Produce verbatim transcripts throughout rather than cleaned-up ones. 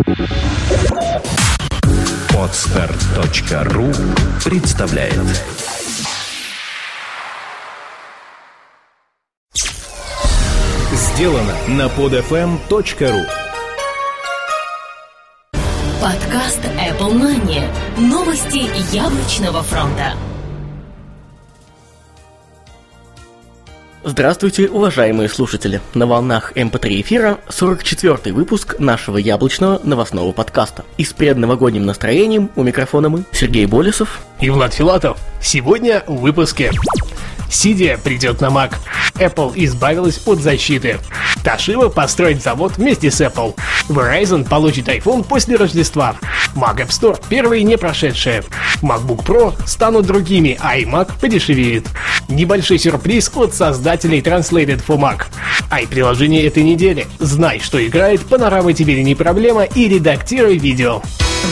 Подстар точка ру представляет. Сделано на под эф эм точка ру. Подкаст Apple Money. Новости яблочного фронта. Здравствуйте, уважаемые слушатели! На волнах эм пэ три эфира сорок четвёртый выпуск нашего яблочного новостного подкаста. И с предновогодним настроением у микрофона мы, Сергей Болесов и Влад Филатов. Сегодня в выпуске. Cydia придет на Mac. Apple избавилась от защиты. Toshiba построит завод вместе с Apple. Verizon получит iPhone после Рождества. Mac App Store первые не прошедшие. MacBook Pro станут другими, а iMac подешевеет. Небольшой сюрприз от создателей Translated for Mac. Ай-приложение этой недели. Знай, что играет, панорама теперь не проблема, и редактируй видео.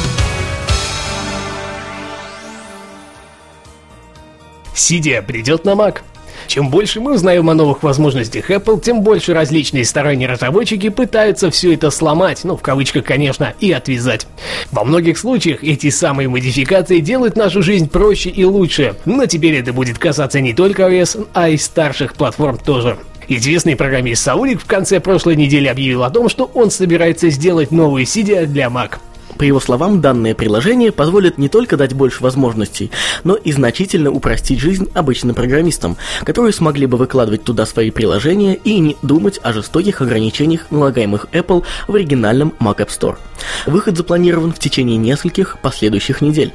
Cydia придет на Mac. Чем больше мы узнаем о новых возможностях Apple, тем больше различные сторонние разработчики пытаются все это сломать, ну в кавычках, конечно, и отвязать. Во многих случаях эти самые модификации делают нашу жизнь проще и лучше, но теперь это будет касаться не только iOS, а и старших платформ тоже. Известный программист Саулик в конце прошлой недели объявил о том, что он собирается сделать новую Cydia для Mac. По его словам, данное приложение позволит не только дать больше возможностей, но и значительно упростить жизнь обычным программистам, которые смогли бы выкладывать туда свои приложения и не думать о жестоких ограничениях, налагаемых Apple в оригинальном Mac App Store. Выход запланирован в течение нескольких последующих недель.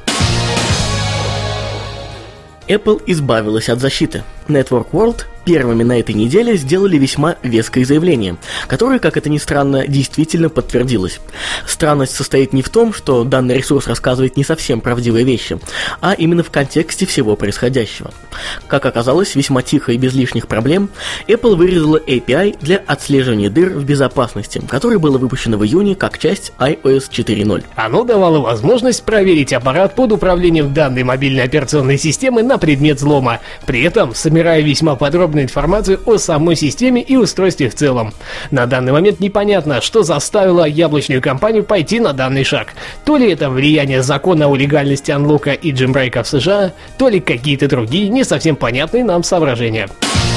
Apple избавилась от защиты. Network World первыми на этой неделе сделали весьма веское заявление, которое, как это ни странно, действительно подтвердилось. Странность состоит не в том, что данный ресурс рассказывает не совсем правдивые вещи, а именно в контексте всего происходящего. Как оказалось, весьма тихо и без лишних проблем, Apple вырезала эй пи ай для отслеживания дыр в безопасности, которое было выпущено в июне как часть iOS четыре ноль. Оно давало возможность проверить аппарат под управлением данной мобильной операционной системы на предмет взлома, при этом собирая весьма подробную информацию о самой системе и устройстве в целом. На данный момент непонятно, что заставило яблочную компанию пойти на данный шаг. То ли это влияние закона о легальности анлока и джембрейка в США, то ли какие-то другие не совсем понятные нам соображения.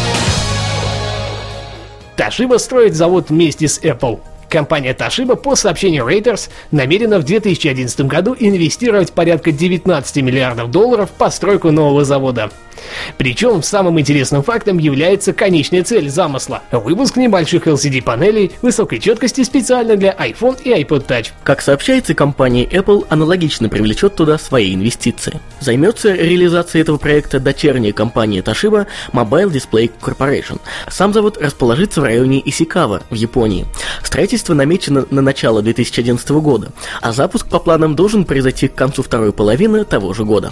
Toshiba строит завод вместе с Apple. Компания Toshiba, по сообщению Reuters, намерена в две тысячи одиннадцатом году инвестировать порядка девятнадцать миллиардов долларов в постройку нового завода. Причем самым интересным фактом является конечная цель замысла – выпуск небольших эл си ди-панелей высокой четкости специально для iPhone и iPod Touch. Как сообщается, компания Apple аналогично привлечет туда свои инвестиции. Займется реализацией этого проекта дочерняя компания Toshiba Mobile Display Corporation. Сам завод расположится в районе Исикава в Японии. Строительство намечено на начало две тысячи одиннадцатого года, а запуск по планам должен произойти к концу второй половины того же года.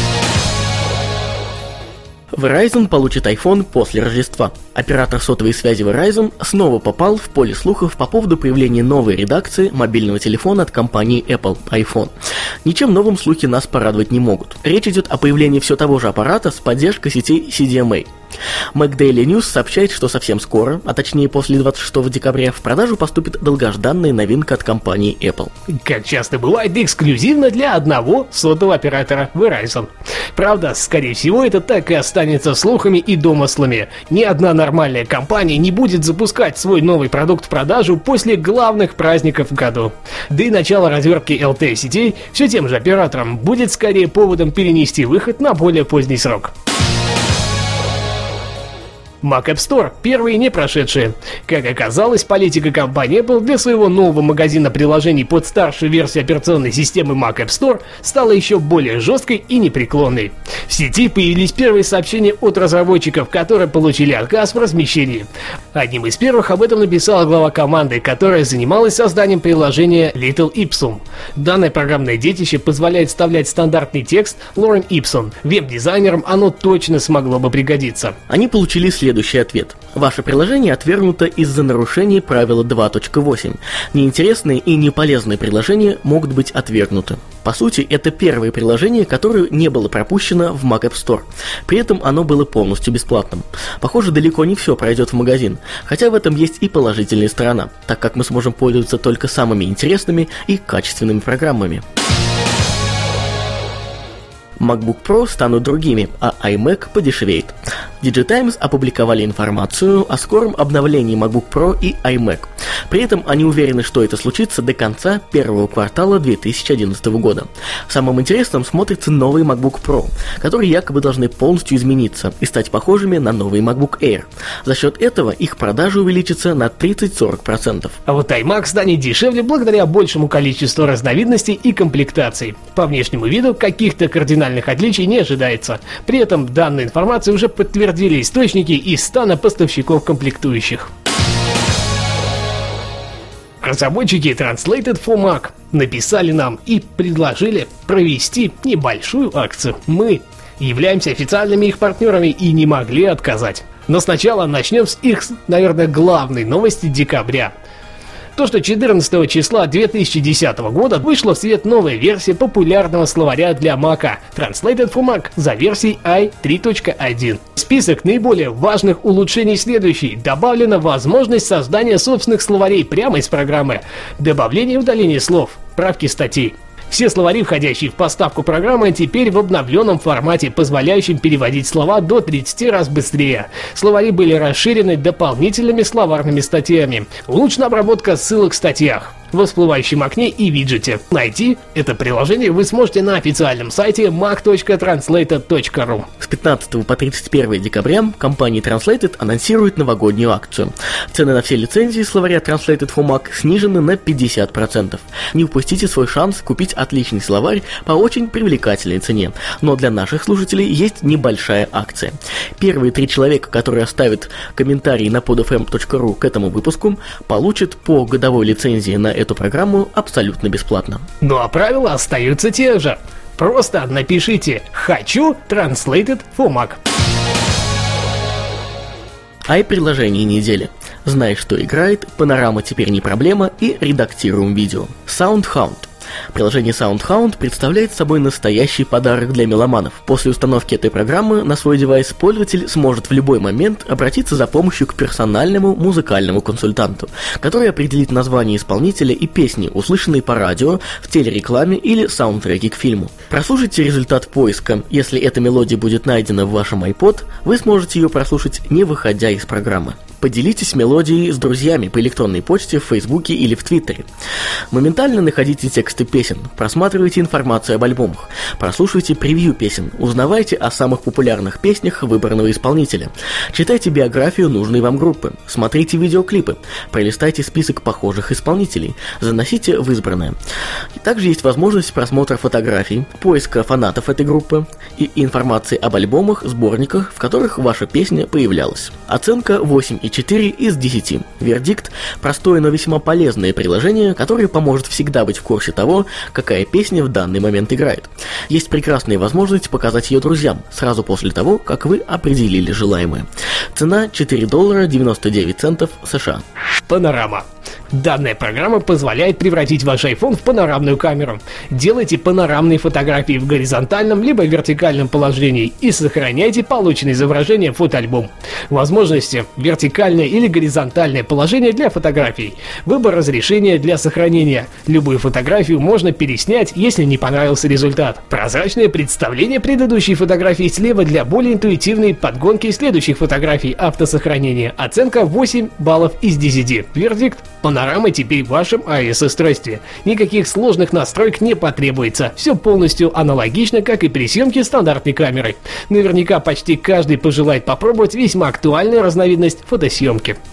Verizon получит iPhone после Рождества. Оператор сотовой связи Verizon снова попал в поле слухов по поводу появления новой редакции мобильного телефона от компании Apple iPhone. Ничем новым слухи нас порадовать не могут. Речь идет о появлении все того же аппарата с поддержкой сетей си ди эм эй. Mac Daily News сообщает, что совсем скоро, а точнее после двадцать шестого декабря, в продажу поступит долгожданная новинка от компании Apple. Как часто бывает, эксклюзивно для одного сотового оператора Verizon. Правда, скорее всего, это так и останется слухами и домыслами. Ни одна нормальная компания не будет запускать свой новый продукт в продажу после главных праздников в году. Да и начало развертки эл ти и-сетей все тем же оператором будет скорее поводом перенести выход на более поздний срок. Mac App Store первые не прошедшие. Как оказалось, политика компании Apple для своего нового магазина приложений под старшую версию операционной системы Mac App Store стала еще более жесткой и непреклонной. В сети появились первые сообщения от разработчиков, которые получили отказ в размещении. Одним из первых об этом написала глава команды, которая занималась созданием приложения Little Ipsum. Данное программное детище позволяет вставлять стандартный тест Лорен Ипсон. Веб-дизайнерам оно точно смогло бы пригодиться. Они получили следующее следующий ответ. Ваше приложение отвергнуто из-за нарушения правила два точка восемь. Неинтересные и неполезные приложения могут быть отвергнуты. По сути, это первое приложение, которое не было пропущено в Mac App Store. При этом оно было полностью бесплатным. Похоже, далеко не все пройдет в магазин, хотя в этом есть и положительная сторона, так как мы сможем пользоваться только самыми интересными и качественными программами. MacBook Pro станут другими, а iMac подешевеет. DigiTimes опубликовали информацию о скором обновлении MacBook Pro и iMac. При этом они уверены, что это случится до конца первого квартала две тысячи одиннадцатого года. Самым интересным смотрится новый MacBook Pro, которые якобы должны полностью измениться и стать похожими на новый MacBook Air. За счет этого их продажи увеличатся на тридцать-сорок процентов. А вот iMac станет дешевле благодаря большему количеству разновидностей и комплектаций. По внешнему виду каких-то кардинальных отличий не ожидается. При этом данную информацию уже подтвердили источники из стана поставщиков комплектующих. Разработчики Translated for Mac написали нам и предложили провести небольшую акцию. Мы являемся официальными их партнерами и не могли отказать. Но сначала начнем с их, наверное, главной новости декабря. То, что четырнадцатого числа две тысячи десятого года вышла в свет новая версия популярного словаря для Mac Translated for Mac за версией ай три точка один. Список наиболее важных улучшений следующий. Добавлена возможность создания собственных словарей прямо из программы, добавление и удаление слов, правки статей. Все словари, входящие в поставку программы, теперь в обновленном формате, позволяющем переводить слова до тридцати раз быстрее. Словари были расширены дополнительными словарными статьями. Улучшена обработка ссылок в статьях в всплывающем окне и виджете. Найти это приложение вы сможете на официальном сайте mac точка translated точка ру. С пятнадцатого по тридцать первое декабря компания Translated анонсирует новогоднюю акцию. Цены на все лицензии словаря Translated for Mac снижены на пятьдесят процентов. Не упустите свой шанс купить отличный словарь по очень привлекательной цене. Но для наших слушателей есть небольшая акция. Первые три человека, которые оставят комментарий на под эф эм точка ру к этому выпуску, получат по годовой лицензии на эту программу абсолютно бесплатно. Ну а правила остаются те же. Просто напишите «Хочу Translated for Mac». Ай-приложение недели. Знаешь, что играет, панорама теперь не проблема и редактируем видео. SoundHound. Приложение SoundHound представляет собой настоящий подарок для меломанов. После установки этой программы на свой девайс пользователь сможет в любой момент обратиться за помощью к персональному музыкальному консультанту, который определит название исполнителя и песни, услышанные по радио, в телерекламе или саундтреке к фильму. Прослушайте результат поиска. Если эта мелодия будет найдена в вашем iPod, вы сможете ее прослушать, не выходя из программы. Поделитесь мелодией с друзьями по электронной почте, в Фейсбуке или в Твиттере. Моментально находите тексты песен, просматривайте информацию об альбомах, прослушивайте превью песен, узнавайте о самых популярных песнях выбранного исполнителя, читайте биографию нужной вам группы, смотрите видеоклипы, пролистайте список похожих исполнителей, заносите в избранное. И также есть возможность просмотра фотографий, поиска фанатов этой группы и информации об альбомах, сборниках, в которых ваша песня появлялась. Оценка восемь и четыре из десяти. Вердикт – простое, но весьма полезное приложение, которое поможет всегда быть в курсе того, какая песня в данный момент играет. Есть прекрасная возможность показать ее друзьям сразу после того, как вы определили желаемое. Цена четыре доллара девяносто девять центов США. Панорама. Данная программа позволяет превратить ваш iPhone в панорамную камеру. Делайте панорамные фотографии в горизонтальном либо вертикальном положении и сохраняйте полученное изображение в фотоальбом. Возможности: вертикальное или горизонтальное положение для фотографий. Выбор разрешения для сохранения. Любую фотографию можно переснять, если не понравился результат. Прозрачное представление предыдущей фотографии слева для более интуитивной подгонки следующих фотографий автосохранения. Оценка восемь баллов из десяти. Вердикт: панорама теперь в вашем iOS-устройстве. Никаких сложных настроек не потребуется. Все полностью аналогично, как и при съемке стандартной камерой. Наверняка почти каждый пожелает попробовать весьма актуальную разновидность фотосъемки.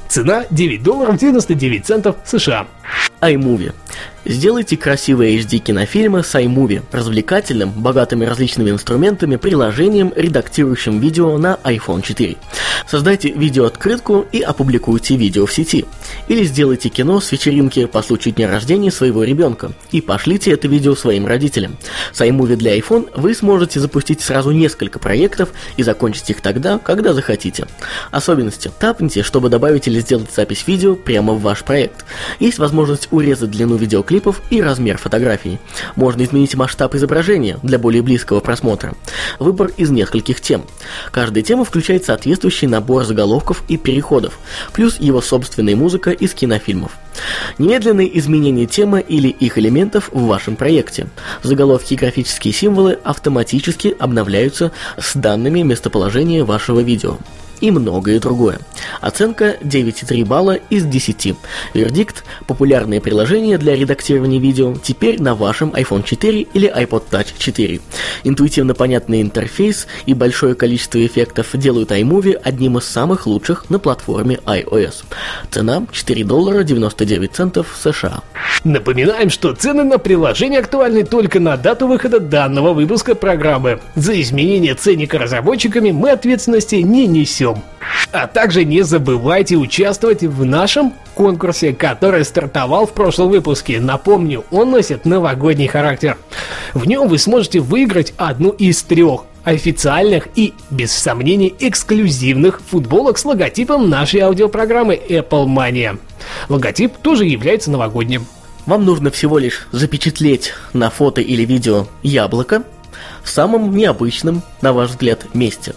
Цена девять долларов девяносто девять центов США. iMovie. Сделайте красивые эйч ди кинофильмы с iMovie, развлекательным, богатыми различными инструментами, приложением, редактирующим видео на айфон четыре. Создайте видеооткрытку и опубликуйте видео в сети. Или сделайте кино с вечеринки по случаю дня рождения своего ребенка и пошлите это видео своим родителям. С iMovie для iPhone вы сможете запустить сразу несколько проектов и закончить их тогда, когда захотите. Особенности. Тапните, чтобы добавить или сделать запись видео прямо в ваш проект. Есть возможность урезать длину видеоклипов и размер фотографий. Можно изменить масштаб изображения для более близкого просмотра. Выбор из нескольких тем. Каждая тема включает соответствующий набор заголовков и переходов, плюс его собственная музыка из кинофильмов. Немедленные изменения темы или их элементов в вашем проекте. Заголовки и графические символы автоматически обновляются с данными местоположения вашего видео. И многое другое. Оценка девять целых три балла из десяти. Вердикт: популярные приложения для редактирования видео теперь на вашем айфон четыре или iPod Touch четыре. Интуитивно понятный интерфейс и большое количество эффектов делают iMovie одним из самых лучших на платформе iOS. Цена четыре доллара девяносто девять центов США. Напоминаем, что цены на приложение актуальны только на дату выхода данного выпуска программы. За изменение ценника разработчиками мы ответственности не несем. А также не забывайте участвовать в нашем конкурсе, который стартовал в прошлом выпуске. Напомню, он носит новогодний характер. В нем вы сможете выиграть одну из трех официальных и, без сомнений, эксклюзивных футболок с логотипом нашей аудиопрограммы Apple Mania. Логотип тоже является новогодним. Вам нужно всего лишь запечатлеть на фото или видео яблоко в самом необычном, на ваш взгляд, месте.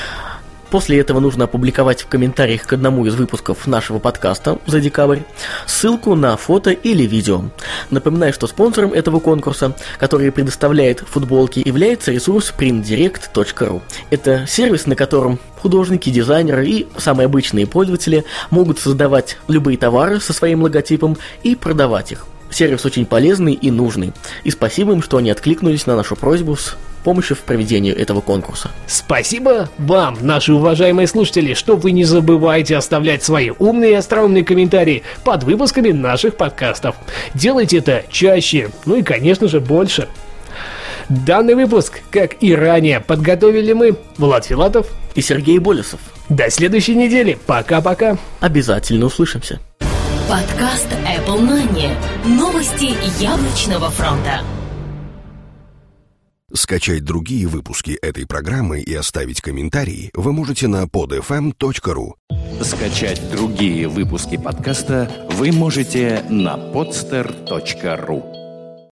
После этого нужно опубликовать в комментариях к одному из выпусков нашего подкаста за декабрь ссылку на фото или видео. Напоминаю, что спонсором этого конкурса, который предоставляет футболки, является ресурс принт директ точка ру. Это сервис, на котором художники, дизайнеры и самые обычные пользователи могут создавать любые товары со своим логотипом и продавать их. Сервис очень полезный и нужный. И спасибо им, что они откликнулись на нашу просьбу с помощью в проведении этого конкурса. Спасибо вам, наши уважаемые слушатели, что вы не забываете оставлять свои умные и остроумные комментарии под выпусками наших подкастов. Делайте это чаще, ну и, конечно же, больше. Данный выпуск, как и ранее, подготовили мы, Влад Филатов и Сергей Болесов. До следующей недели. Пока-пока. Обязательно услышимся. Подкаст Apple Mania. Новости яблочного фронта. Скачать другие выпуски этой программы и оставить комментарии вы можете на под эф эм точка ру. Скачать другие выпуски подкаста вы можете на подстер точка ру.